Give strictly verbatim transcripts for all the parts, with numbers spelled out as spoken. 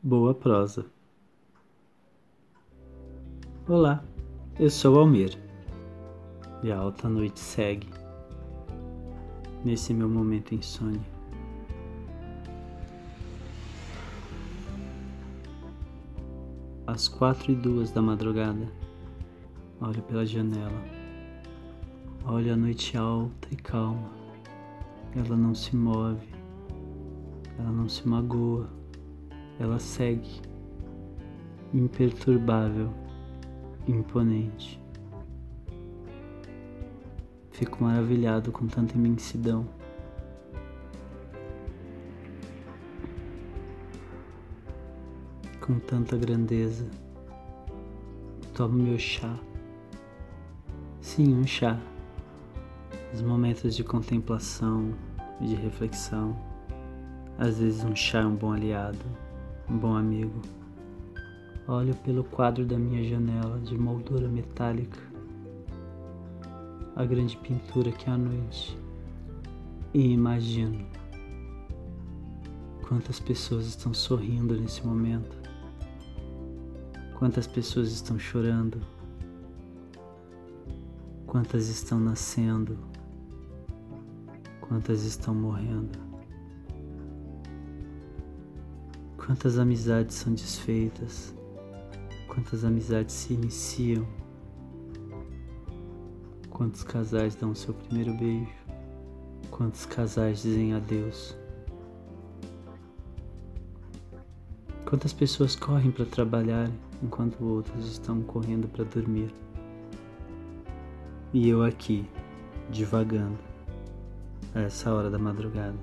Boa prosa. Olá, eu sou Almir e a alta noite segue nesse meu momento insônia. Às quatro e duas da madrugada, olho pela janela, olho a noite alta e calma. Ela não se move, ela não se magoa, ela segue, imperturbável, imponente. Fico maravilhado com tanta imensidão. Com tanta grandeza. Tomo meu chá. Sim, um chá. Os momentos de contemplação e de reflexão. Às vezes um chá é um bom aliado, um bom amigo. Olho pelo quadro da minha janela de moldura metálica, a grande pintura que é a noite, e imagino quantas pessoas estão sorrindo nesse momento, quantas pessoas estão chorando, quantas estão nascendo, quantas estão morrendo, quantas amizades são desfeitas, quantas amizades se iniciam, quantos casais dão o seu primeiro beijo, quantos casais dizem adeus, quantas pessoas correm para trabalhar enquanto outros estão correndo para dormir. E eu aqui, divagando, a essa hora da madrugada.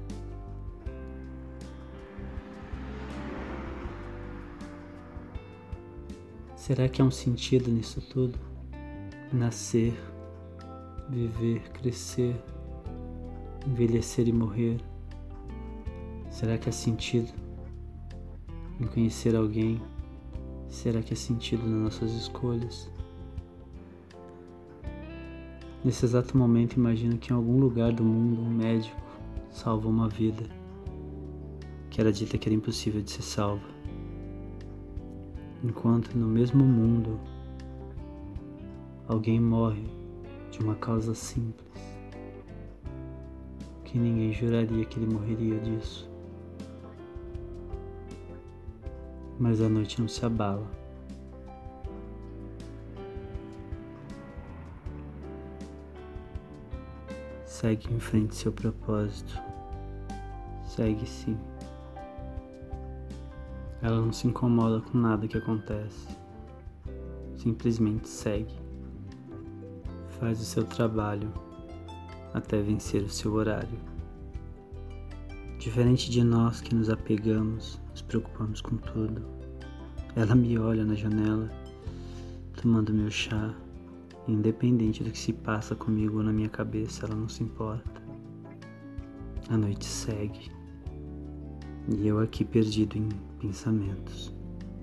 Será que há um sentido nisso tudo? Nascer, viver, crescer, envelhecer e morrer. Será que há sentido em conhecer alguém? Será que há sentido nas nossas escolhas? Nesse exato momento, imagino que em algum lugar do mundo um médico salva uma vida que era dita que era impossível de ser salva. Enquanto no mesmo mundo alguém morre de uma causa simples, que ninguém juraria que ele morreria disso. Mas a noite não se abala. Segue em frente seu propósito. Segue sim. Ela não se incomoda com nada que acontece. Simplesmente segue. Faz o seu trabalho até vencer o seu horário. Diferente de nós que nos apegamos, nos preocupamos com tudo. Ela me olha na janela, tomando meu chá. Independente do que se passa comigo ou na minha cabeça, ela não se importa. A noite segue. E eu aqui perdido em pensamentos.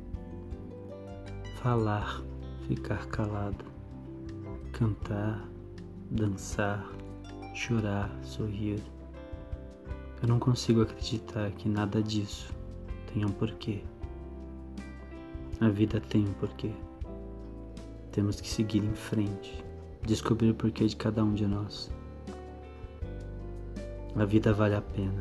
Falar, ficar calado, cantar, dançar, chorar, sorrir. Eu não consigo acreditar que nada disso tenha um porquê. A vida tem um porquê. Temos que seguir em frente, descobrir o porquê de cada um de nós. A vida vale a pena.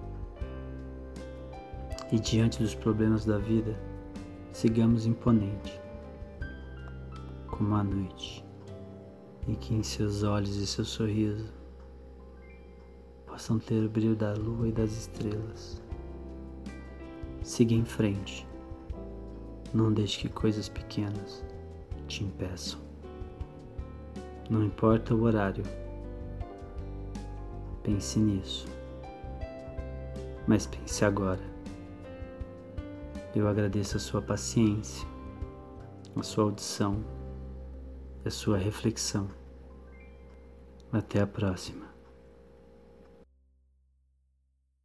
E diante dos problemas da vida, sigamos imponente, como a noite, e que em seus olhos e seu sorriso possam ter o brilho da lua e das estrelas. Siga em frente, não deixe que coisas pequenas te impeçam. Não importa o horário, pense nisso, mas pense agora. Eu agradeço a sua paciência, a sua audição e a sua reflexão. Até a próxima.